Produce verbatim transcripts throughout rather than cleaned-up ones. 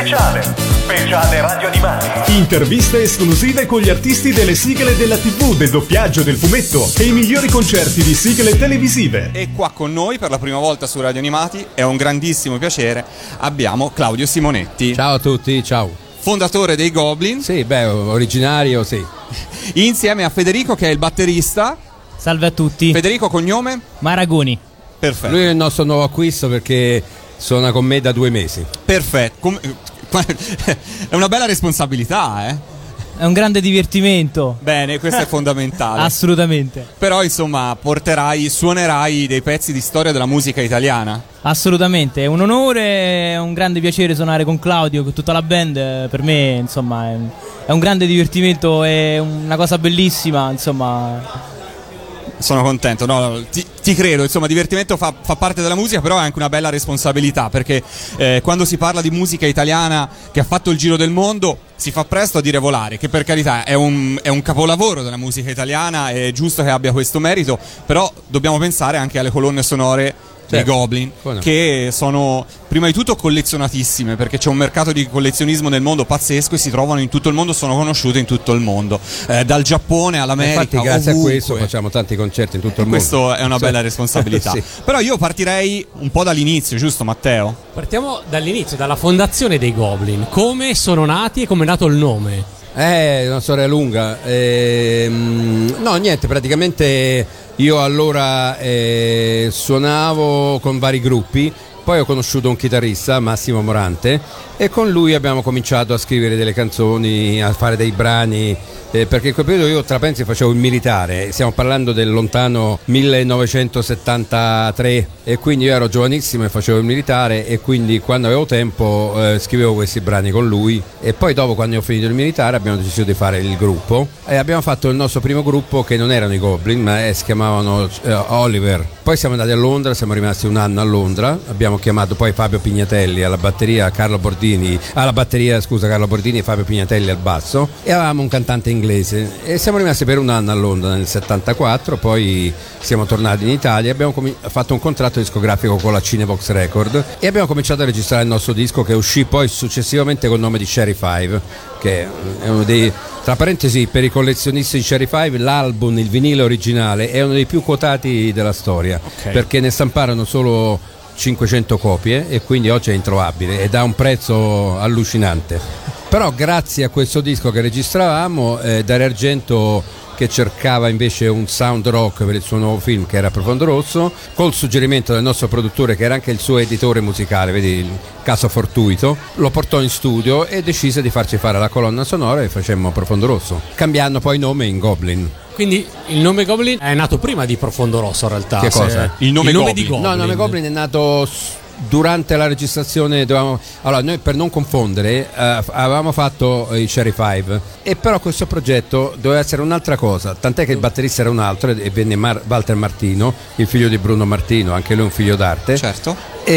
speciale. Speciale Radio Animati. Interviste esclusive con gli artisti delle sigle della tivù, del doppiaggio, del fumetto e i migliori concerti di sigle televisive. E qua con noi per la prima volta su Radio Animati, è un grandissimo piacere, abbiamo Claudio Simonetti. Ciao a tutti, ciao. Fondatore dei Goblin. Sì, beh, originario, sì. Insieme a Federico che è il batterista. Salve a tutti. Federico, cognome? Maragoni. Perfetto. Lui è il nostro nuovo acquisto perché suona con me da due mesi. Perfetto. Com- è una bella responsabilità, eh? È un grande divertimento. Bene, questo è fondamentale. Assolutamente. Però insomma porterai, suonerai dei pezzi di storia della musica italiana. Assolutamente, è un onore, è un grande piacere suonare con Claudio, con tutta la band. Per me insomma è un, è un grande divertimento, è una cosa bellissima, insomma. Sono contento, no, ti, ti credo, insomma, divertimento fa, fa parte della musica, però è anche una bella responsabilità, perché eh, quando si parla di musica italiana che ha fatto il giro del mondo si fa presto a dire volare, che per carità è un, è un capolavoro della musica italiana, è giusto che abbia questo merito, però dobbiamo pensare anche alle colonne sonore dei certo. Goblin, no. che sono prima di tutto collezionatissime, perché c'è un mercato di collezionismo nel mondo pazzesco e si trovano in tutto il mondo, sono conosciute in tutto il mondo, eh, dal Giappone all'America. Infatti grazie ovunque. a questo facciamo tanti concerti in tutto il e mondo. Questo è una bella Sì. responsabilità. Sì. Però io partirei un po' dall'inizio, giusto Matteo? Partiamo dall'inizio, dalla fondazione dei Goblin. Come sono nati e come è nato il nome? Eh, una storia lunga. Ehm, no, niente, praticamente io allora eh, suonavo con vari gruppi, poi ho conosciuto un chitarrista, Massimo Morante, e con lui abbiamo cominciato a scrivere delle canzoni, a fare dei brani, eh, perché in quel periodo io tra pensi facevo il militare, stiamo parlando del lontano millenovecentosettantatré, e quindi io ero giovanissimo e facevo il militare, e quindi quando avevo tempo eh, scrivevo questi brani con lui, e poi dopo, quando ho finito il militare, abbiamo deciso di fare il gruppo e abbiamo fatto il nostro primo gruppo, che non erano i Goblin ma eh, si chiamavano eh, Oliver. Poi siamo andati a Londra, siamo rimasti un anno a Londra, abbiamo chiamato poi Fabio Pignatelli alla batteria, Carlo Bordini alla batteria, scusa Carlo Bordini e Fabio Pignatelli al basso, e avevamo un cantante inglese, e siamo rimasti per un anno a Londra nel settantaquattro. Poi siamo tornati in Italia, abbiamo com- fatto un contratto discografico con la Cinevox Record e abbiamo cominciato a registrare il nostro disco, che uscì poi successivamente col nome di Cherry Five, che è uno dei, tra parentesi, per i collezionisti di Cherry Five, l'album, il vinile originale, è uno dei più quotati della storia, okay. Perché ne stamparono solo cinquecento copie e quindi oggi è introvabile ed ha un prezzo allucinante. Però grazie a questo disco che registravamo, eh, Dario Argento, che cercava invece un sound rock per il suo nuovo film, che era Profondo Rosso, col suggerimento del nostro produttore, che era anche il suo editore musicale, vedi il caso fortuito, lo portò in studio e decise di farci fare la colonna sonora e facemmo Profondo Rosso, cambiando poi nome in Goblin. Quindi il nome Goblin è nato prima di Profondo Rosso, in realtà. Che cosa? Se... Il nome, il nome Goblin. di Goblin. No, il nome Goblin è nato durante la registrazione. Dovevamo... Allora, noi, per non confondere, eh, avevamo fatto i Cherry Five, e però questo progetto doveva essere un'altra cosa, tant'è che il batterista era un altro e venne Mar- Walter Martino, il figlio di Bruno Martino, anche lui un figlio d'arte. Certo.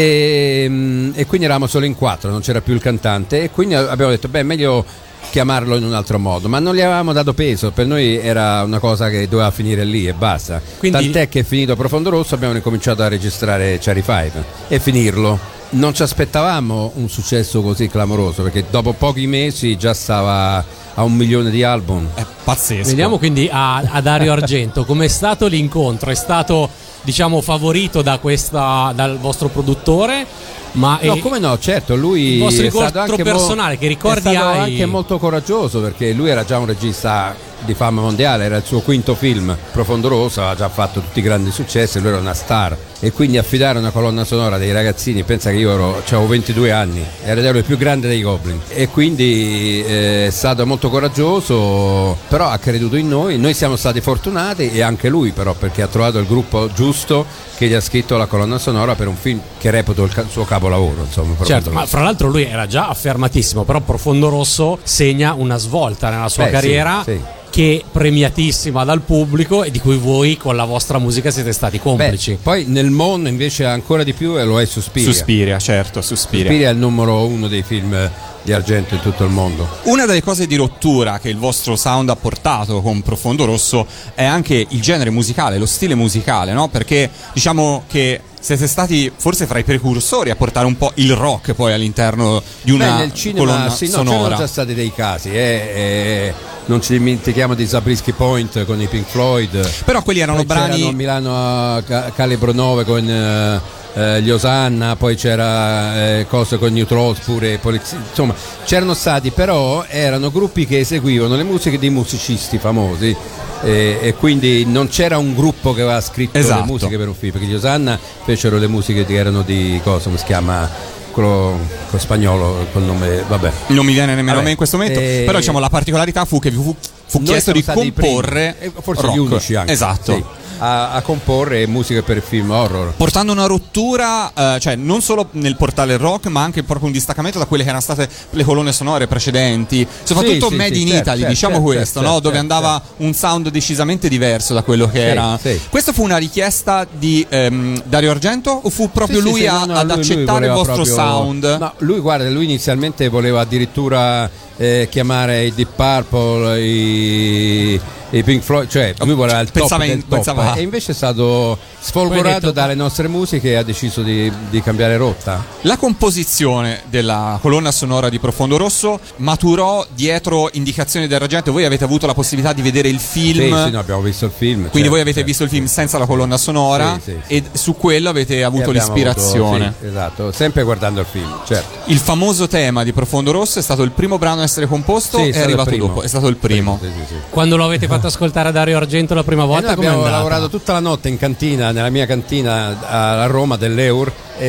E, e quindi eravamo solo in quattro, non c'era più il cantante, e quindi abbiamo detto beh, meglio chiamarlo in un altro modo, ma non gli avevamo dato peso, per noi era una cosa che doveva finire lì e basta. Quindi... tant'è che finito Profondo Rosso abbiamo ricominciato a registrare Cherry Five e finirlo. Non ci aspettavamo un successo così clamoroso, perché dopo pochi mesi già stava a un milione di album. È pazzesco. Veniamo quindi a, a Dario Argento. Com'è stato l'incontro? È stato, diciamo, favorito da questa, dal vostro produttore? Ma no, è... come no, certo, lui il vostro è stato incontro anche personale, mo- che ricordi è stato hai? anche molto coraggioso, perché lui era già un regista di fama mondiale, era il suo quinto film, Profondo Rosso, aveva già fatto tutti i grandi successi, lui era una star, e quindi affidare una colonna sonora dei ragazzini, pensa che io ero, avevo ventidue anni, ero il più grande dei Goblin, e quindi eh, è stato molto coraggioso, però ha creduto in noi, noi siamo stati fortunati, e anche lui però, perché ha trovato il gruppo giusto che gli ha scritto la colonna sonora per un film che reputo il ca- suo capolavoro, insomma. Certo, ma fra l'altro lui era già affermatissimo, però Profondo Rosso segna una svolta nella sua Beh, carriera. sì, sì. Che premiatissima dal pubblico e di cui voi con la vostra musica siete stati complici. Beh, poi nel mondo invece ancora di più e lo è Suspiria. Suspiria, certo, Suspiria. Suspiria è il numero uno dei film di Argento in tutto il mondo. Una delle cose di rottura che il vostro sound ha portato con Profondo Rosso è anche il genere musicale, lo stile musicale, no? Perché diciamo che siete stati forse fra i precursori a portare un po' il rock poi all'interno di una Beh, nel cinema colonna sì, no, sonora. c'erano già stati dei casi, eh, eh, non ci dimentichiamo di Zabriskie Point con i Pink Floyd. Però quelli erano Poi brani c'erano a Milano a Ca- Calibro nove con eh, eh, gli Osanna, poi c'era eh, cose con New Trolls pure, Polizia, insomma c'erano stati, però erano gruppi che eseguivano le musiche di musicisti famosi. E, e quindi non c'era un gruppo che aveva scritto Esatto. le musiche per un film, perché gli Osanna fecero le musiche che erano di cosa, come si chiama, quello, quello spagnolo col nome, vabbè, non mi viene nemmeno Vabbè, a me in questo momento, eh, però diciamo la particolarità fu che vi fu, fu noi chiesto siamo di stati i comporre primi, e forse rock. gli unici anche, esatto. sì, a, a comporre musiche per film horror. Portando una rottura, eh, cioè non solo nel portare il rock, ma anche proprio un distaccamento da quelle che erano state le colonne sonore precedenti, soprattutto Sì, sì, Made sì, in certo, Italy, certo, diciamo certo, questo, certo, no? Dove certo, andava un sound decisamente diverso da quello che Sì, era. sì. Questa fu una richiesta di ehm, Dario Argento o fu proprio Sì, sì, lui sì, a- no, no, ad lui- lui accettare il voleva vostro proprio- sound? No, lui guarda, lui inizialmente voleva addirittura eh, chiamare i Deep Purple, i, i Pink Floyd, cioè lui voleva il top Pensava in- del top, pensava- e invece è stato Poi sfolgorato ha detto- dalle nostre musiche e ha deciso di, di cambiare rotta. La composizione della colonna sonora di Profondo Rosso maturò dietro indicazioni del Argento. Voi avete avuto la possibilità di vedere il film, Sì, sì, no, abbiamo visto il film. quindi certo, voi avete certo. visto il film senza la colonna sonora Sì, sì, sì. e su quello avete E avuto abbiamo l'ispirazione. avuto- sì, esatto, sempre guardando il film, certo. Il famoso tema di Profondo Rosso è stato il primo brano a essere composto Sì, è e è stato il arrivato primo. dopo, è stato il primo. Sì, sì, sì. Quando lo avete fatto ascoltare a Dario Argento la prima E volta, noi com'è abbiamo andata? lavorato tutta la notte in cantina, nella mia cantina a a Roma dell'Eur,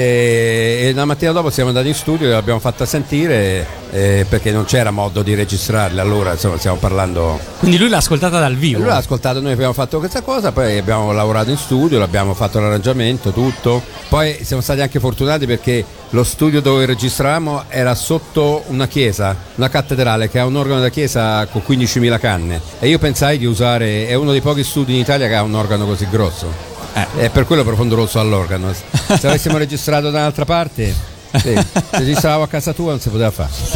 e, e la mattina dopo siamo andati in studio e l'abbiamo fatta sentire, eh, perché non c'era modo di registrarla, allora insomma stiamo parlando. Quindi lui l'ha ascoltata dal vivo. Lui l'ha ascoltato, noi abbiamo fatto questa cosa, poi abbiamo lavorato in studio, l'abbiamo fatto l'arrangiamento, tutto. Poi siamo stati anche fortunati perché lo studio dove registravamo era sotto una chiesa, una cattedrale che ha un organo da chiesa con quindicimila canne, e io pensai di usare, è uno dei pochi studi in Italia che ha un organo così grosso. Eh. E per quello Profondo Rosso all'organo. Se avessimo registrato da un'altra parte, sì, se registravamo a casa tua non si poteva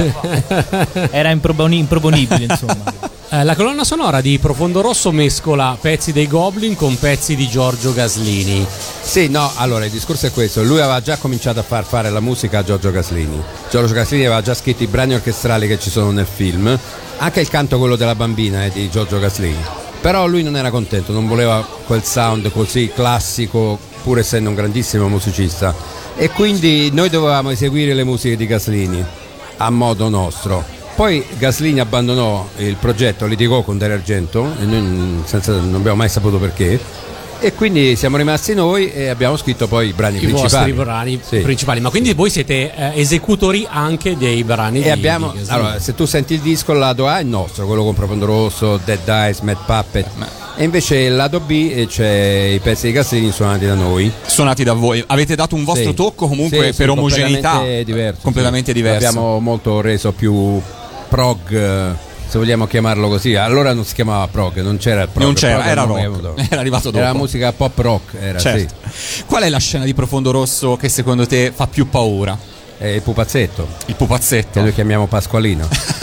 fare. Era improponi- improponibile, insomma. Eh, la colonna sonora di Profondo Rosso mescola pezzi dei Goblin con pezzi di Giorgio Gaslini. Sì, no, allora il discorso è questo, lui aveva già cominciato a far fare la musica a Giorgio Gaslini. Giorgio Gaslini aveva già scritto i brani orchestrali che ci sono nel film, anche il canto quello della bambina è di Giorgio Gaslini. Però lui non era contento, non voleva quel sound così classico, pur essendo un grandissimo musicista, e quindi noi dovevamo eseguire le musiche di Gaslini a modo nostro. Poi Gaslini abbandonò il progetto, litigò con Dario Argento e noi senza, non abbiamo mai saputo perché, e quindi siamo rimasti noi e abbiamo scritto poi i brani I principali. vostri brani Sì. principali. Ma quindi voi siete eh, esecutori anche dei brani E di, abbiamo, di Gaslini. allora, se tu senti il disco, il lato A è il nostro, quello con Profondo Rosso, Dead Eyes, Mad Puppet, e invece il lato B eh, c'è i pezzi di Gaslini suonati da noi. Suonati da voi. Avete dato un vostro Sì. tocco comunque Sì, sì, per omogeneità. completamente diverso, completamente sì. diverso. L'abbiamo molto reso più prog, eh, se vogliamo chiamarlo così. Allora non si chiamava prog, non c'era il prog. Non il c'era, prog era non rock. avevo- Era arrivato dopo. Era musica pop rock, era Certo. sì. Qual è la scena di Profondo Rosso che secondo te fa più paura? E il pupazzetto, Il pupazzetto. che noi chiamiamo Pasqualino.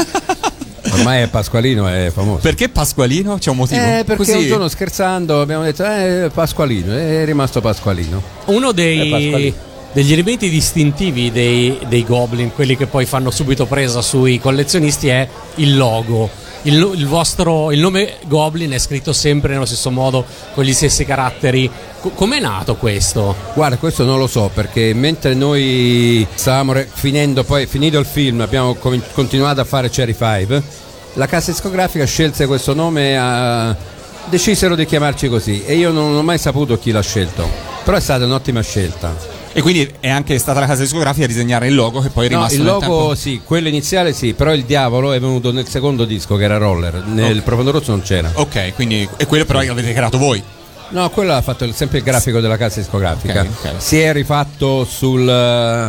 Ormai è Pasqualino, è famoso. Perché Pasqualino? C'è un motivo? Eh, perché Così? un giorno scherzando abbiamo detto eh, Pasqualino, è rimasto Pasqualino. Uno Eh, dei, Pasqualino. degli elementi distintivi dei, dei Goblin, quelli che poi fanno subito presa sui collezionisti, è il logo. Il, il vostro il nome Goblin è scritto sempre nello stesso modo, con gli stessi caratteri. Co- com'è nato questo? Guarda, questo non lo so, perché mentre noi stavamo re- finendo, poi finito il film, abbiamo com- continuato a fare Cherry Five, la casa discografica scelse questo nome, a... decisero di chiamarci così, e io non ho mai saputo chi l'ha scelto, però è stata un'ottima scelta. E quindi è anche stata la casa discografica a disegnare il logo che poi è No, rimasto il nel logo tempo. sì, quello iniziale sì, però il diavolo è venuto nel secondo disco che era Roller, nel Ok. Profondo Rosso non c'era. Ok, quindi e quello però l'avete creato voi. No, quello ha fatto il- sempre il grafico della casa discografica. Ok, ok. Si è rifatto sul eh,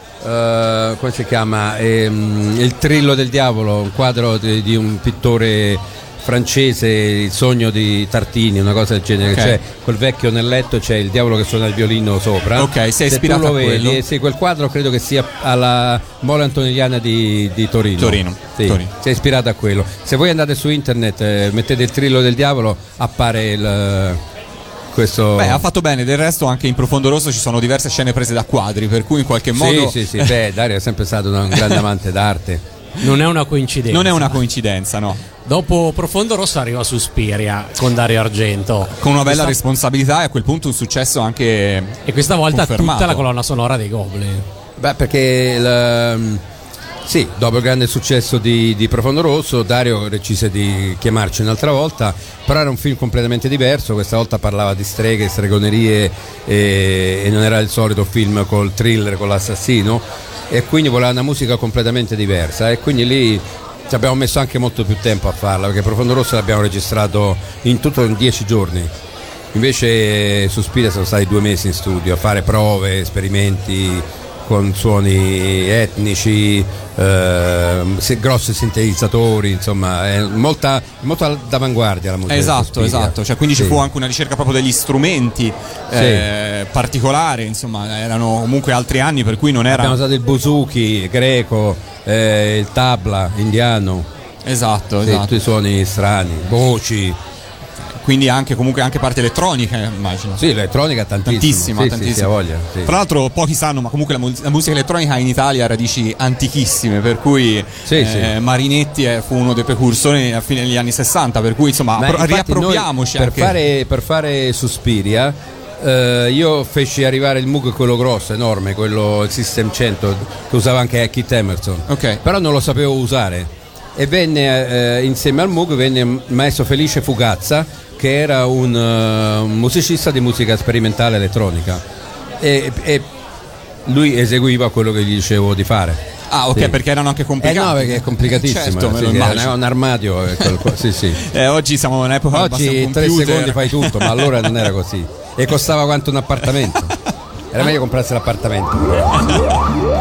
eh, come si chiama? Ehm, il Trillo del Diavolo, un quadro di, di un pittore francese, Il sogno di Tartini, una cosa del genere. Ok. C'è quel vecchio nel letto, c'è il diavolo che suona il violino sopra. Ok, si è Se ispirato tu lo a quello. vedi, sì, quel quadro credo che sia alla Mole Antonelliana di, di Torino. Torino, Sì, Torino. si è ispirato a quello. Se voi andate su internet, eh, mettete il Trillo del Diavolo, appare il questo... Beh, ha fatto bene, del resto anche in Profondo Rosso ci sono diverse scene prese da quadri, per cui in qualche modo... Sì, sì, sì, beh, Dario è sempre stato un grande amante d'arte. Non è una coincidenza. Non è una coincidenza, no. Dopo Profondo Rosso arriva Suspiria con Dario Argento. Con una bella questa... responsabilità e a quel punto un successo anche E questa volta confermato. tutta la colonna sonora dei Goblin. Beh, perché il, sì, dopo il grande successo di, di Profondo Rosso, Dario decise di chiamarci un'altra volta, però era un film completamente diverso, questa volta parlava di streghe, stregonerie e, e non era il solito film col thriller, con l'assassino, e quindi voleva una musica completamente diversa, e quindi lì ci abbiamo messo anche molto più tempo a farla, perché Profondo Rosso l'abbiamo registrato in tutto in dieci giorni. Invece Suspiria sono stati due mesi in studio a fare prove, esperimenti con suoni etnici, eh, grossi sintetizzatori, insomma, è molta, molto d'avanguardia la musica. Esatto, esatto, cioè, quindi sì. ci fu anche una ricerca proprio degli strumenti sì. eh, particolare, insomma, erano comunque altri anni per cui non era... Abbiamo usato il buzuki greco, eh, il tabla indiano, Esatto, sì, esatto. tutti i suoni strani, voci. Quindi anche comunque anche parte elettronica, immagino. Sì, l'elettronica tantissima. Tantissima, sì, tantissima. Sì, sì, ha voglia, sì. Tra l'altro pochi sanno, ma comunque la, mu- la musica elettronica in Italia ha radici antichissime, per cui Sì, eh, sì. Marinetti eh, fu uno dei precursori a fine degli anni sessanta, per cui insomma Ma pro- infatti riappropriamoci noi, anche. per fare, per fare Suspiria eh, io feci arrivare il Moog, quello grosso, enorme, quello il System cento che usava anche Keith Emerson, Ok. però non lo sapevo usare, e venne eh, insieme al Moog venne il maestro Felice Fugazza, che era un, uh, un musicista di musica sperimentale elettronica, e, e lui eseguiva quello che gli dicevo di fare. Ah, ok, Sì. perché erano anche complicati. Eh no, perché è complicatissimo. Certo, me sì, lo sì, immagino. è un armadio. è quel- sì, sì. Eh, oggi siamo in un'epoca Oggi basta un in tre computer. secondi fai tutto, ma allora non era così. E costava quanto un appartamento. Era meglio comprarsi l'appartamento.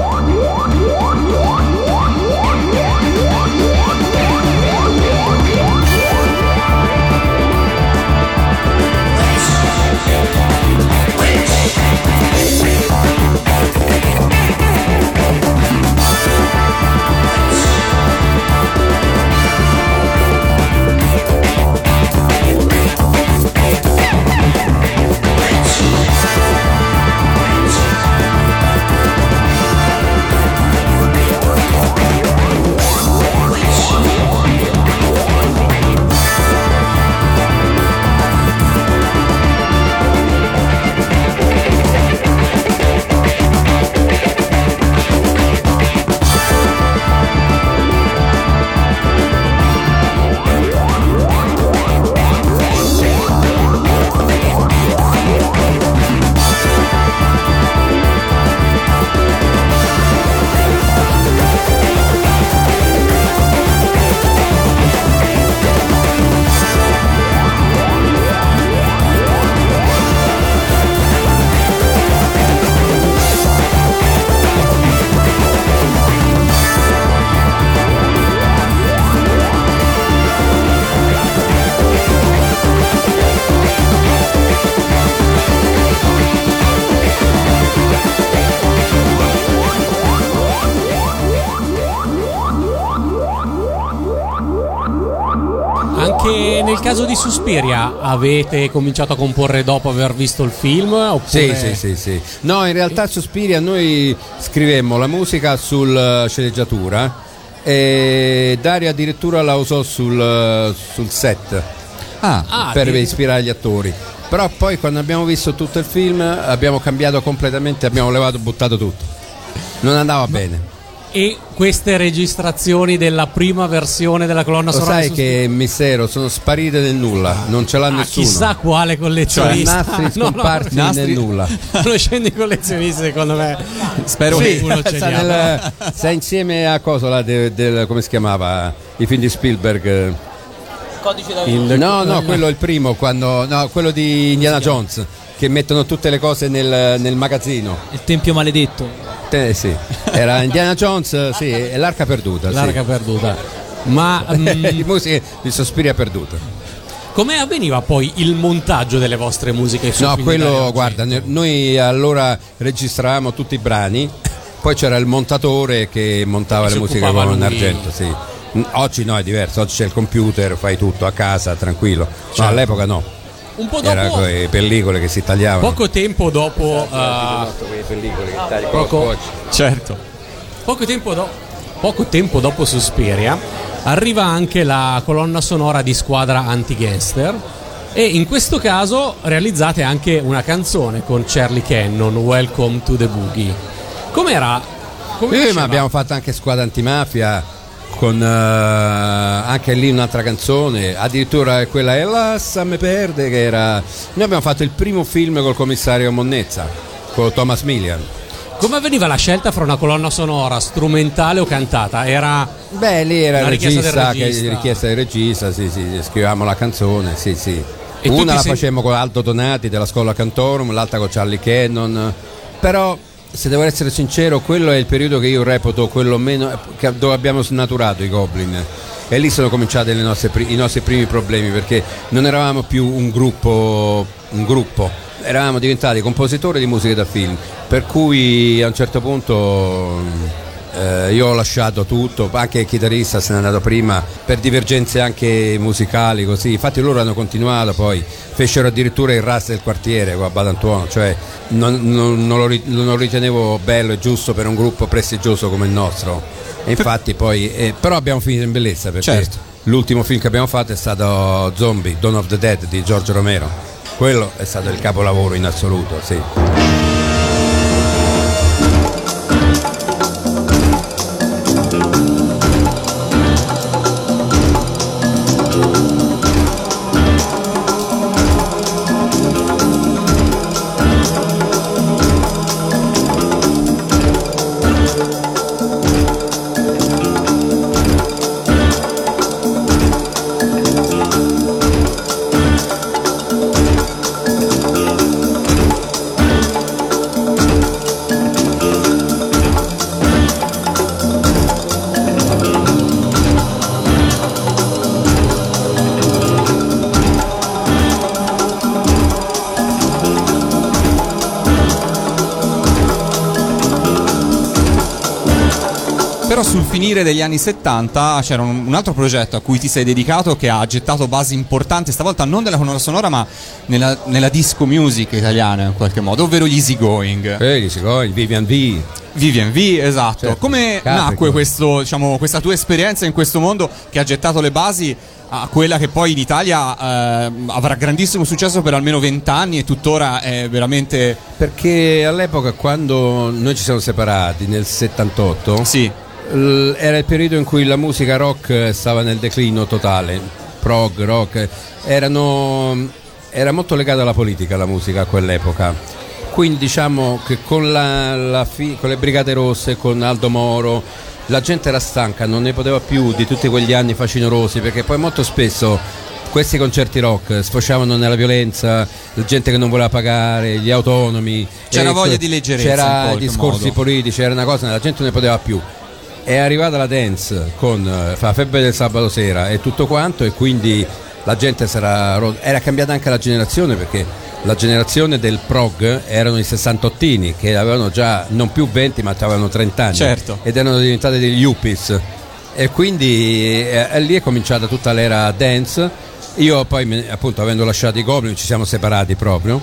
Anche nel caso di Suspiria avete cominciato a comporre dopo aver visto il film? Sì, Oppure... sì, sì, sì. No, in realtà Suspiria noi scrivemmo la musica sul sceneggiatura e Dario addirittura la usò sul, sul set Ah, Ah, per di- ispirare gli attori. Però poi quando abbiamo visto tutto il film abbiamo cambiato completamente, abbiamo levato, buttato tutto. Non andava bene. E queste registrazioni della prima versione della colonna Lo sonora sai di che mistero, sono sparite nel nulla, non ce l'ha Ah, nessuno. chissà quale collezionista. Cioè, nastri No, no, scomparsi nastri- nel nulla. Conoscendo i collezionisti, secondo me, spero sì, che uno ce sta, li ha. nel, sta insieme a cosa là del, del- come si chiamava i film di Spielberg? Codice da Il- No, no, quello è il primo, quando, no, quello di Indiana Jones, che mettono tutte le cose nel, nel magazzino. Il tempio maledetto. Eh, sì. Era Indiana Jones, sì, e l'Arca Perduta. L'arca sì. perduta. Ma di mm, musica di Sospiria Perduta. come avveniva poi il montaggio delle vostre musiche? sui No, film di Dario quello, Argento? guarda, ne- noi allora registravamo tutti i brani, poi c'era il montatore che montava Che le si musiche occupava con lui. Argento, sì. Oggi no, è diverso, oggi c'è il computer, fai tutto a casa, tranquillo. No, Certo. all'epoca no. un po' Era dopo, con le pellicole che si tagliavano. poco tempo dopo, uh, poco, Certo. poco tempo do- poco tempo dopo Suspiria arriva anche la colonna sonora di Squadra Anti-Gangster, e in questo caso realizzate anche una canzone con Charlie Cannon, Welcome to the Boogie. Com'era? Come Sì, faceva? ma abbiamo fatto anche Squadra Antimafia con uh, anche lì un'altra canzone, addirittura quella Ella me perde, che era, noi abbiamo fatto il primo film col commissario Monnezza, con Thomas Millian. Come avveniva la scelta fra una colonna sonora strumentale o cantata? Era Beh, lì era una il richiesta regista, del regista. che richiesta del regista, sì, sì, scrivevamo la canzone, sì, sì. E tu Una ti la sei- facemmo con Aldo Donati della Scuola Cantorum, l'altra con Charlie Cannon, però se devo essere sincero, quello è il periodo che io reputo quello meno, che- dove abbiamo snaturato i Goblin, e lì sono cominciati le nostre pri- i nostri primi problemi, perché non eravamo più un gruppo, un gruppo, eravamo diventati compositori di musiche da film, per cui a un certo punto eh, io ho lasciato tutto, anche il chitarrista se n'è andato prima per divergenze anche musicali, così. Infatti loro hanno continuato, poi fecero addirittura il Ras del quartiere con Badantuono, cioè non, non, non, lo, ri- non lo ritenevo bello e giusto per un gruppo prestigioso come il nostro, e infatti poi eh, però abbiamo finito in bellezza, perché Certo. l'ultimo film che abbiamo fatto è stato Zombie, Dawn of the Dead di Giorgio Romero. Quello è stato il capolavoro in assoluto, sì. Però sul finire degli anni settanta c'era un, un altro progetto a cui ti sei dedicato, che ha gettato basi importanti, stavolta non nella colonna sonora ma nella, nella disco music italiana in qualche modo, ovvero gli Easy Going. Eh, gli Sigoi, Vivian V. Vivian V, esatto. Certo. Come Capricorn. nacque questo, diciamo, questa tua esperienza in questo mondo che ha gettato le basi a quella che poi in Italia eh, avrà grandissimo successo per almeno vent'anni e tuttora è veramente... Perché all'epoca, quando noi ci siamo separati nel settantotto, Sì, l- era il periodo in cui la musica rock stava nel declino totale, prog, rock, erano, era molto legata alla politica la musica a quell'epoca. Quindi diciamo che con, la, la fi- con le Brigate Rosse, con Aldo Moro, la gente era stanca, non ne poteva più di tutti quegli anni facinorosi, perché poi molto spesso questi concerti rock sfociavano nella violenza, la gente che non voleva pagare, gli autonomi, C'era e voglia di leggerezza in c'era qualche discorsi modo. politici, era una cosa, la gente non ne poteva più. È arrivata la dance con eh, la febbre del sabato sera e tutto quanto, e quindi la gente s'era ro- era cambiata anche la generazione, perché la generazione del prog erano i sessantottini che avevano già non più venti ma avevano trenta anni, Certo. ed erano diventati degli yuppies, e quindi eh, lì è cominciata tutta l'era dance. Io poi me- appunto, avendo lasciato i Goblin, ci siamo separati proprio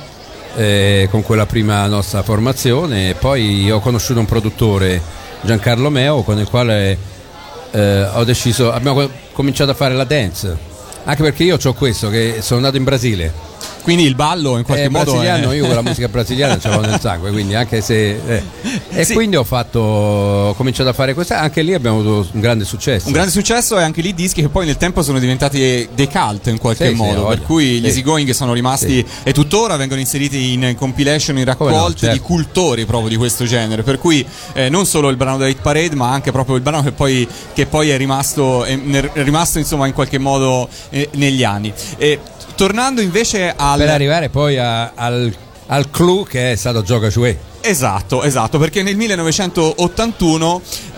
eh, con quella prima nostra formazione, e poi ho conosciuto un produttore, Giancarlo Meo, con il quale eh, ho deciso, abbiamo co- cominciato a fare la dance, anche perché io ho questo, che sono nato in Brasile. quindi il ballo in qualche Eh, modo brasiliano, è... io con la musica brasiliana ce l'ho nel sangue, quindi anche se eh. e Sì. quindi ho fatto ho cominciato a fare questa, anche lì abbiamo avuto un grande successo. Un grande successo, e anche lì dischi che poi nel tempo sono diventati dei cult in qualche Sì, sì, modo, voglia. per cui gli Sì. Easy Going sono rimasti Sì. e tuttora vengono inseriti in compilation, in Come no, raccolte certo. di cultori proprio di questo genere, per cui eh, non solo il brano della Hit Parade ma anche proprio il brano che poi, che poi è rimasto è, è rimasto insomma in qualche modo eh, negli anni. E tornando invece al... Per arrivare poi a- al, al clou che è stato Gioca Ciuè. Esatto, esatto, perché nel millenovecentottantuno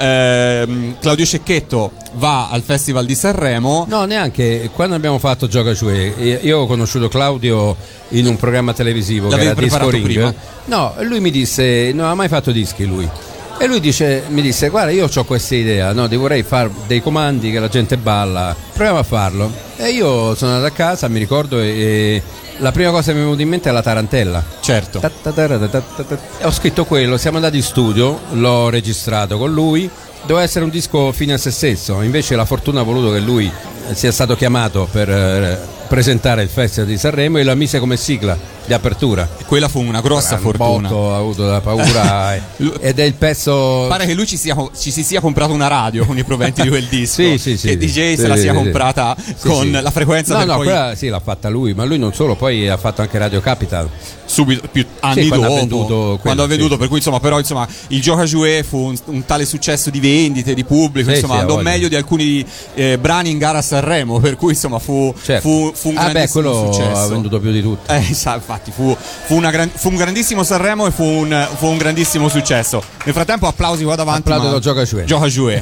ehm, Claudio Cecchetto va al Festival di Sanremo. No, neanche quando abbiamo fatto Gioca Ciuè, io io ho conosciuto Claudio in un programma televisivo che L'avevi era Disco preparato Ring. prima? No, lui mi disse, non ha mai fatto dischi lui. E lui dice, mi disse: guarda, io ho questa idea, no, ti vorrei fare dei comandi che la gente balla, proviamo a farlo. E io sono andato a casa, mi ricordo, e, e la prima cosa che mi è venuta in mente è la tarantella. Certo. Ta ta ta ta ta ta ta. Ho scritto quello, siamo andati in studio, l'ho registrato con lui. Doveva essere un disco fine a se stesso, invece la fortuna ha voluto che lui sia stato chiamato per eh, presentare il Festival di Sanremo e la mise come sigla di apertura. Quella fu una grossa Un fortuna. botto, ha avuto la paura e- ed è il pezzo. Pare che lui ci, sia, ci si sia comprato una radio con i proventi di quel disco. Sì, sì, sì, e D J sì, se la sì, sia sì, comprata sì, con sì. la frequenza No, per no, poi quella sì l'ha fatta lui, ma lui non solo, poi ha fatto anche Radio Capital. subito più anni Sì, quando dopo ha venduto quello, quando ha venduto sì. per cui insomma però insomma il Gioca Jouet fu un, un tale successo di vendite di pubblico, Sì, insomma sì, ha andò voglia. meglio di alcuni eh, brani in gara a Sanremo, per cui insomma fu, Certo. fu, fu un Ah, beh, grandissimo quello successo. ha venduto più di tutto. Eh, sa- infatti fu, fu, una gran- fu un grandissimo Sanremo e fu un, fu un grandissimo successo. Nel frattempo applausi qua davanti. Applaudo ma- da Gioca Jouet. Gioca Jouet.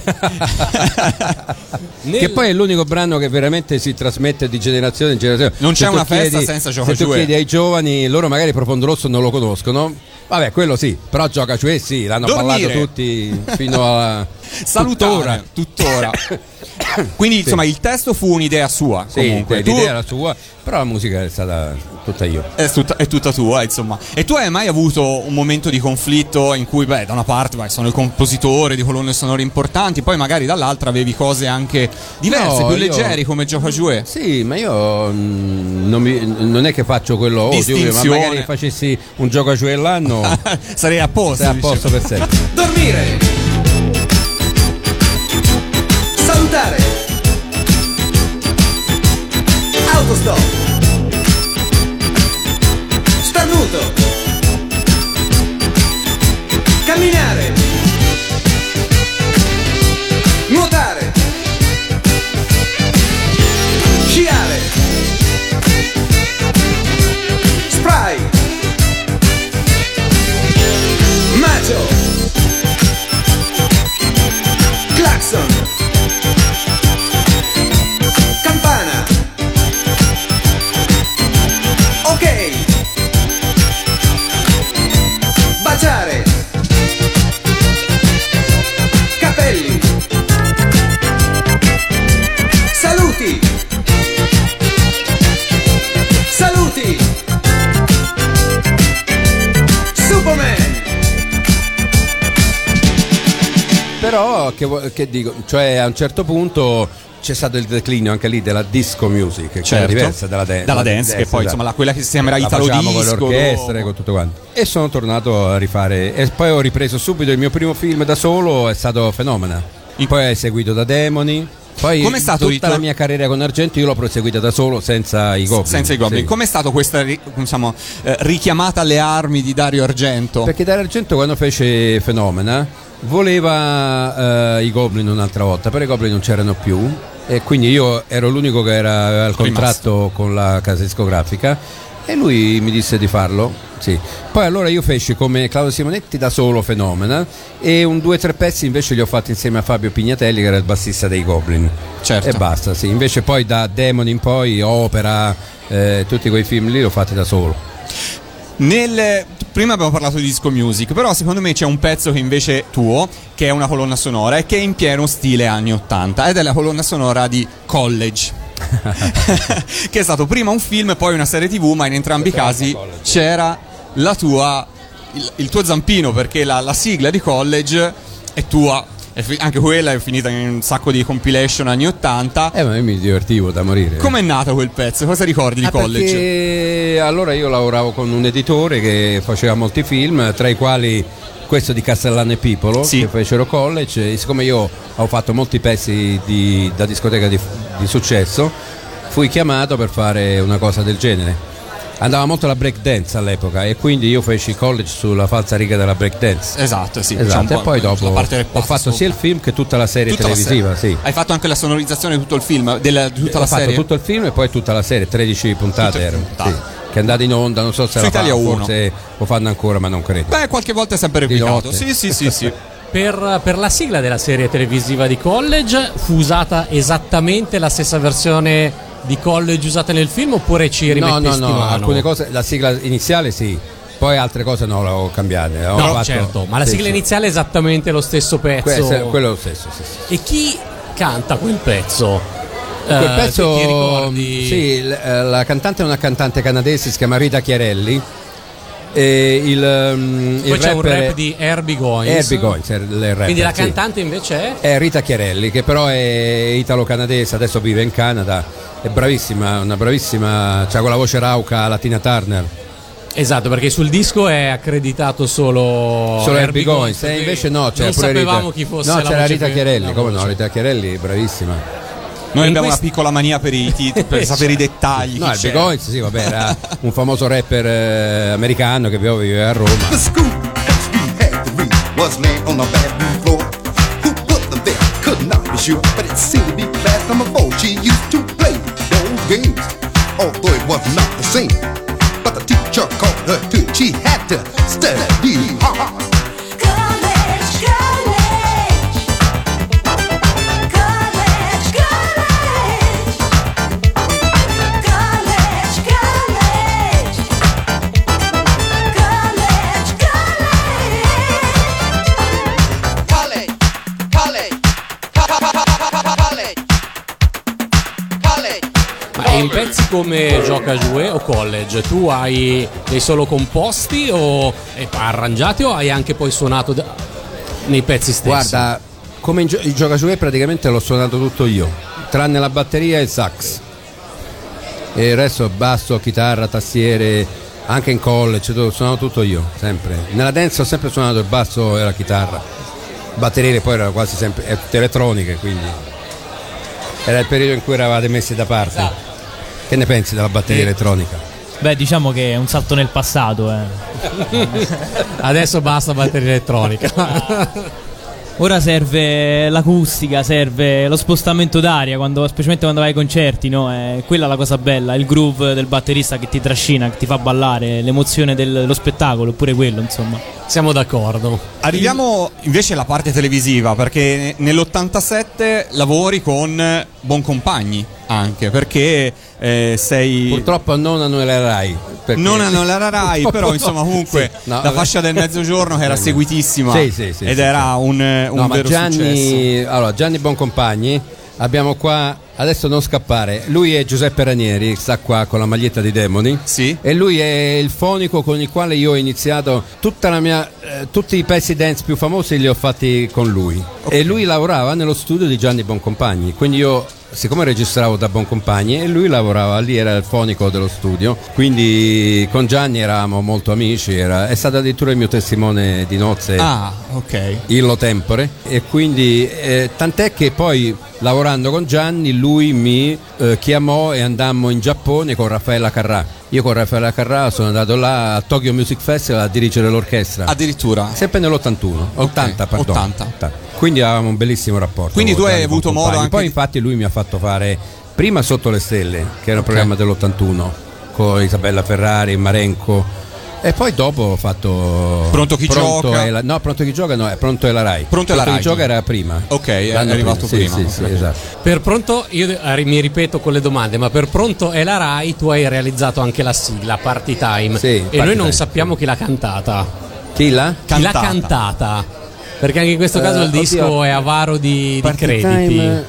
Che poi è l'unico brano che veramente si trasmette di generazione in generazione. Non c'è Se tu una festa chiedi- senza Gioca Se tu Jouet. chiedi ai giovani, loro magari Profondo Rosso non lo conoscono. Vabbè, quello sì, però Gioca Jouet sì, l'hanno Dormire. ballato tutti fino a Salutare tuttora. Quindi insomma il testo fu un'idea sua. Sì, Comunque l'idea tu era sua, però la musica è stata tutta io. è tutta, è tutta tua, insomma. E tu hai mai avuto un momento di conflitto in cui, beh, da una parte vai, sono il compositore di colonne sonore importanti, poi magari dall'altra avevi cose anche diverse, No, più io- leggeri come Gioca Jouet? Sì, ma io mm, non, mi- non è che faccio quello odio, ma Distinzione. magari facessi un Gioca Jouet l'anno, Sarei a posto. sei a diciamo. posto per sempre. Dormire. Salutare. Autostop. Starnuto. Camminare. Nuotare. Sciare. Spray. Macio. Claxon. Campana. Ok. Baciare. Capelli. Saluti. Saluti. Superman. Però che, vo- che dico, cioè a un certo punto c'è stato il declino anche lì della disco music, che Certo. è diversa dalla dance. Dalla dance, che poi, insomma, la- quella che si chiamerà la Italo facciamo con le disco, orchestre, dopo. con tutto quanto. E sono tornato a rifare e poi ho ripreso subito il mio primo film da solo, è stato Phenomena. Poi è seguito da Demoni. Poi Com'è stato tutta ritor- la mia carriera con Argento io l'ho proseguita da solo senza i Goblin. Senza i Goblin. Sì. Com'è stato questa ri- diciamo, eh, richiamata alle armi di Dario Argento? Perché Dario Argento quando fece Phenomena voleva eh, i Goblin un'altra volta, però i Goblin non c'erano più e quindi io ero l'unico che era aveva il contratto con la casa discografica e lui mi disse di farlo. Sì. Poi allora io feci come Claudio Simonetti da solo Phenomena e un due o tre pezzi invece li ho fatti insieme a Fabio Pignatelli che era il bassista dei Goblin. Certo. E basta, sì. Invece poi da Demoni in poi, Opera, eh, tutti quei film lì li ho fatti da solo. Nel, prima abbiamo parlato di disco music, però secondo me c'è un pezzo che invece è tuo, che è una colonna sonora e che è in pieno stile anni ottanta ed è la colonna sonora di College. Che è stato prima un film e poi una serie tv, ma in entrambi i casi c'era la tua il, il tuo zampino, perché la, la sigla di College è tua. È fi- anche quella è finita in un sacco di compilation anni ottanta. Eh, ma io mi divertivo da morire. Com'è nato quel pezzo? Cosa ricordi di Ah, College? perché allora io lavoravo con un editore che faceva molti film, tra i quali questo di Castellano e Pipolo, Sì. che fecero College, e siccome io ho fatto molti pezzi di, da discoteca di, di successo, fui chiamato per fare una cosa del genere. Andava molto la break dance all'epoca e quindi io feci College sulla falsa riga della break dance. Esatto, sì. Esatto, c'è un po' e poi dopo la parte del ho passo fatto sopra. sia il film che tutta la serie Tutta la televisiva, serie. sì. Hai fatto anche la sonorizzazione di tutto il film, della, di tutta ho la fatto serie? tutto il film e poi tutta la serie, tredici puntate Tutte erano, puntate. sì, che è andata in onda, non so se Su la Italia fa, uno. forse lo fanno ancora ma non credo. Beh, qualche volta è sempre Di replicato. notte. Sì, sì, sì, sì. Per, per la sigla della serie televisiva di College fu usata esattamente la stessa versione di College usata nel film oppure ci No, rimettesti no, no, mano? alcune cose, la sigla iniziale sì, Poi altre cose no, le ho cambiate. Ho No, fatto- certo, ma la sì, sigla sì. iniziale è esattamente lo stesso pezzo. Que- quello è lo stesso, sì, sì. E chi canta quel pezzo? Quel Eh, pezzo, ti- ti ricordi? sì, l- eh, la cantante è una cantante canadese, si chiama Rita Chiarelli. E il, um, Poi il c'è un rapper rap è- di Herbie Goins. Herbie Goins, è il rapper, Quindi la sì. cantante invece è? È Rita Chiarelli, che però è italo-canadese, adesso vive in Canada. È bravissima, una bravissima, c'ha quella voce rauca alla Tina Turner. Esatto, perché sul disco è accreditato solo Solo Herbie Herbie Goins, e quindi invece no, c'era non pure sapevamo Rita. chi fosse No, la c'era voce Rita che- Chiarelli, la come no, voce. Rita Chiarelli, bravissima. Noi In abbiamo questi- una piccola mania per i titoli, per sapere i dettagli. No, chi Herbie c'è. Goins, sì, vabbè, era un famoso rapper eh, americano che però viveva a Roma. The school as we had to read was laying on the bathroom floor. Who put them there? Could not be sure, but it seemed to be class number four. She used to play those games, although it was not the same. But the teacher called her to it. She had to study hard. College, college, college, college, college, college, college, college. College, college, college. Ma in pezzi come Gioca Jouet o College, tu hai dei solo composti o eh, arrangiati o hai anche poi suonato da- nei pezzi stessi? Guarda, come in gio- il Gioca Jouet praticamente l'ho suonato tutto io, tranne la batteria e il sax. E il resto basso, chitarra, tastiere, anche in college, ho suonato tutto io, sempre. Nella dance ho sempre suonato il basso e la chitarra. Batterie poi erano quasi sempre eh, tutte elettroniche, quindi era il periodo in cui eravate messi da parte. Che ne pensi della batteria elettronica? Beh, diciamo che è un salto nel passato, eh. Adesso basta batteria elettronica. Ora serve l'acustica, serve lo spostamento d'aria, quando, specialmente quando vai ai concerti, no? È quella la cosa bella, il groove del batterista che ti trascina, che ti fa ballare, l'emozione del- dello spettacolo, pure quello, insomma. Siamo d'accordo. Arriviamo invece alla parte televisiva, perché nell'ottantasette lavori con Boncompagni anche, perché eh, sei... Purtroppo non a noi la Rai. perché- Non hanno la Rai, però insomma comunque Sì, no, la vabbè. fascia del mezzogiorno che era seguitissima Sì, sì, sì, ed sì, era sì. un, un No, ma vero successo. Gianni, allora, Gianni Boncompagni, abbiamo qua, adesso non scappare, lui è Giuseppe Ranieri, sta qua con la maglietta dei Demoni. Sì. E lui è il fonico con il quale io ho iniziato tutta la mia, eh, tutti i pezzi dance più famosi li ho fatti con lui. E lui lavorava nello studio di Gianni Boncompagni, quindi io, siccome registravo da Boncompagni e lui lavorava lì, era il fonico dello studio, quindi con Gianni eravamo molto amici, era, è stato addirittura il mio testimone di nozze Ah, ok. illo tempore, e quindi eh, tant'è che poi lavorando con Gianni lui mi eh, chiamò e andammo in Giappone con Raffaella Carrà. Io con Raffaella Carrà sono andato là a Tokyo Music Festival a dirigere l'orchestra. Addirittura. Sempre nell'ottantuno, ottanta, pardon. ottanta. ottanta. Quindi avevamo un bellissimo rapporto. Quindi con tu hai Gianni avuto Boncompagni. modo anche Poi di- infatti lui mi ha fatto fare prima Sotto le stelle, che era un programma dell'ottantuno con Isabella Ferrari, Marenco. E poi dopo ho fatto Pronto chi gioca? è la- no, Pronto chi gioca no, è Pronto è la Rai. Pronto è la Rai. chi gioca era prima. Ok, è L'anno arrivato Sì, prima, Sì, ok. sì, esatto. Per Pronto, io eh, mi ripeto con le domande, ma per Pronto è la Rai, tu hai realizzato anche la sigla Party Time. Sì, e Party noi non Time. sappiamo chi l'ha cantata. Chi là? Chi l'ha Cantata. cantata? Perché anche in questo caso Eh, il disco oddio. è avaro di, di Party crediti. Time,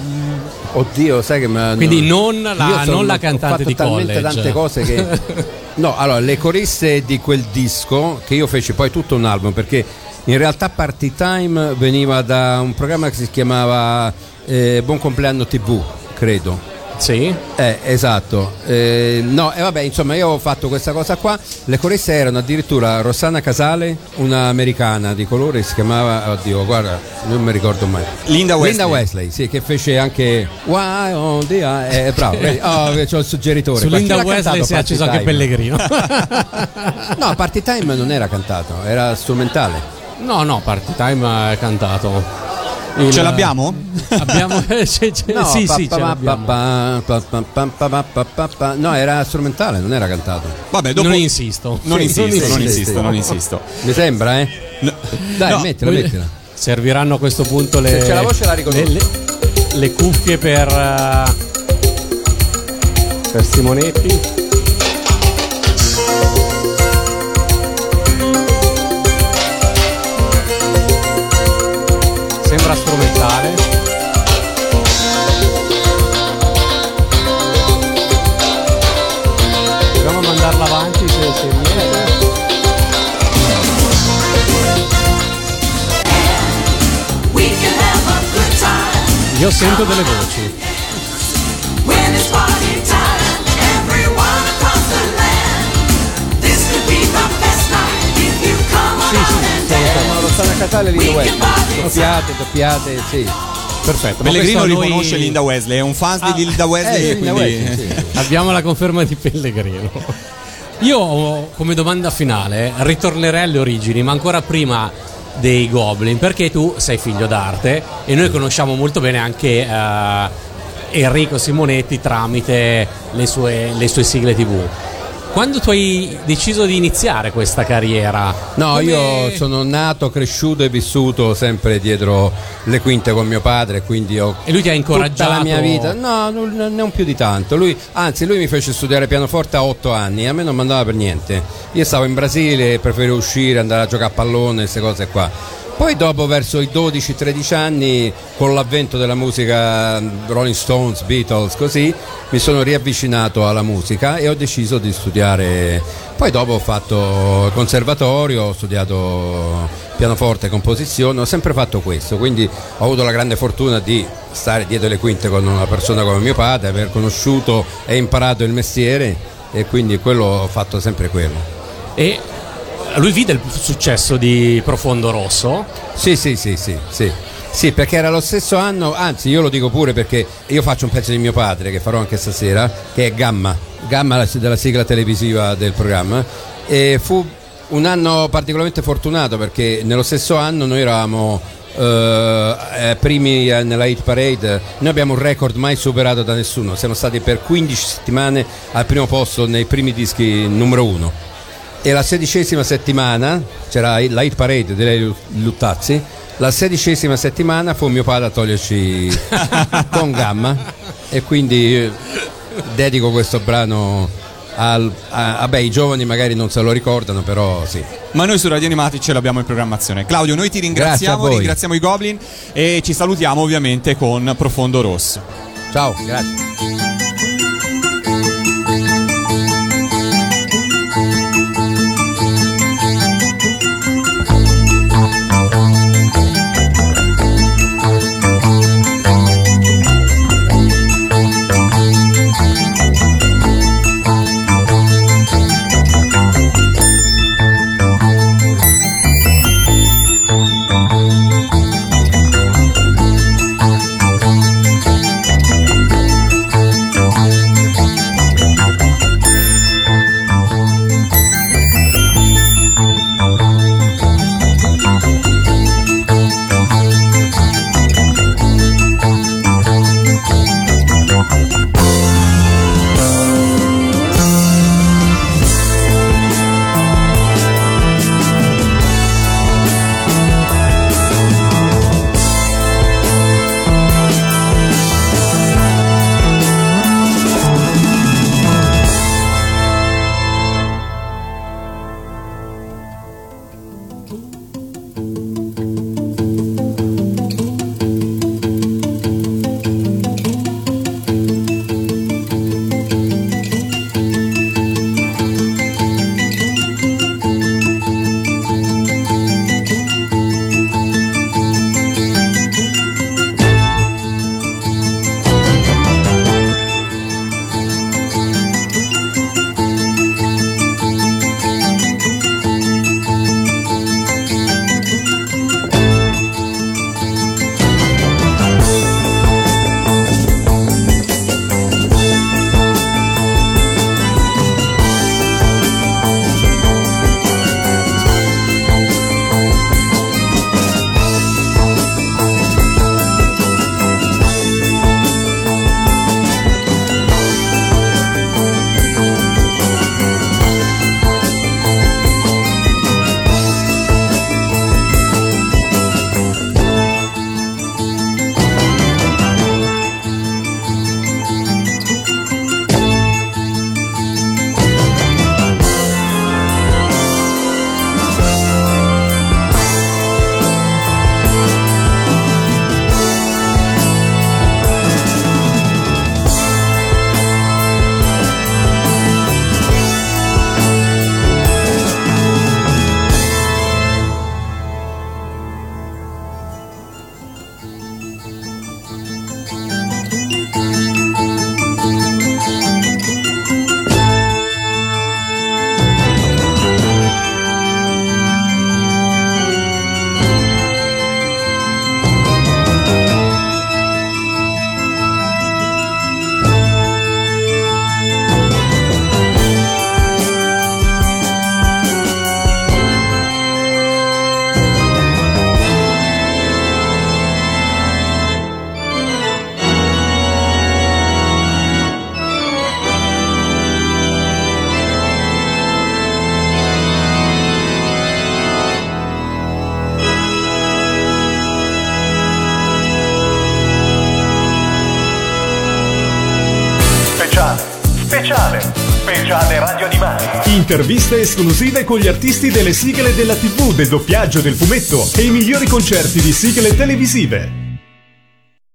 Oddio, sai che mi- Quindi no. non la- Io sono- non la ho cantante fatto di talmente College. tante cose che no, allora le coriste di quel disco che io feci poi tutto un album, perché in realtà Party Time veniva da un programma che si chiamava eh, Buon compleanno tivù, credo. Sì. Eh, esatto. Eh, no, e vabbè, insomma, io ho fatto questa cosa qua. Le coriste erano addirittura Rossana Casale, una americana di colore, si chiamava, oddio, guarda, non mi ricordo mai. Linda Wesley. Linda Wesley, sì, che fece anche Why on the Eye. Eh, bravo, vedi? Oh, c'ho il suggeritore. Su Qua, Linda chi l'ha Wesley cantato si è Party acceso anche Time? Pellegrino. No, Party Time non era cantato, era strumentale. No, no, Party Time è cantato. Il- Ce l'abbiamo? Abbiamo c'è- c'è- No, sì, pa- sì, pa- ce pa- l'abbiamo. pa- pa- pa- pa- pa- pa- pa- pa- pa- no, era strumentale, non era cantato. Vabbè, dopo... Non insisto. Non Sì, insisto, sì, non sì, insisto, sì. non insisto. Mi sembra, eh? Dai, No, mettila, Poi- mettila. Serviranno a questo punto le, Se c'è la voce la riconosco. le, le- le cuffie per, eh, per Simonetti. sembra strumentale. Proviamo a mandarla avanti se, se viene. Io sento delle voci. Sì, sì, sono Rossana Catale e Linda Wesley. Doppiate, doppiate, sì. Perfetto. Pellegrino Ma questo a riconosce noi- Linda Wesley, è un fan Ah, di Linda Wesley, eh, e Linda quindi Wesley, sì. Abbiamo la conferma di Pellegrino. Io ho come domanda finale, ritornerei alle origini, ma ancora prima dei Goblin, perché tu sei figlio d'arte e noi conosciamo molto bene anche eh, Enrico Simonetti tramite le sue, le sue sigle tivù. Quando tu hai deciso di iniziare questa carriera? No, come- io sono nato, cresciuto e vissuto sempre dietro le quinte con mio padre, quindi ho E lui ti ha incoraggiato? tutta la mia vita. No, non, non più di tanto. Lui, anzi, lui mi fece studiare pianoforte a otto anni, a me non mandava per niente. Io stavo in Brasile e preferivo uscire, andare a giocare a pallone, queste cose qua. Poi dopo, verso i dodici tredici anni, con l'avvento della musica Rolling Stones, Beatles, così, mi sono riavvicinato alla musica e ho deciso di studiare. Poi dopo ho fatto il conservatorio, ho studiato pianoforte e composizione, ho sempre fatto questo, quindi ho avuto la grande fortuna di stare dietro le quinte con una persona come mio padre, aver conosciuto e imparato il mestiere, e quindi quello ho fatto sempre quello. E lui vide il successo di Profondo Rosso. Sì, sì, sì, sì, sì. Sì, perché era lo stesso anno, anzi io lo dico pure perché io faccio un pezzo di mio padre che farò anche stasera, che è Gamma, Gamma la- della sigla televisiva del programma, e fu un anno particolarmente fortunato perché nello stesso anno noi eravamo eh, eh, primi eh, nella hit parade, noi abbiamo un record mai superato da nessuno, siamo stati per quindici settimane al primo posto nei primi dischi numero uno. E la sedicesima settimana c'era la hit parade delle Luttazzi. La sedicesima settimana fu mio padre a toglierci con Gamma, e quindi eh, dedico questo brano al, a, vabbè, i giovani magari non se lo ricordano, però sì. Ma noi su Radio Animati ce l'abbiamo in programmazione. Claudio, noi ti Grazie a ringraziamo, voi. ringraziamo i Goblin e ci salutiamo ovviamente con Profondo Rosso. Ciao, grazie. speciale. Speciale radio animati. Interviste esclusive con gli artisti delle sigle della tivù, del doppiaggio, del fumetto e i migliori concerti di sigle televisive.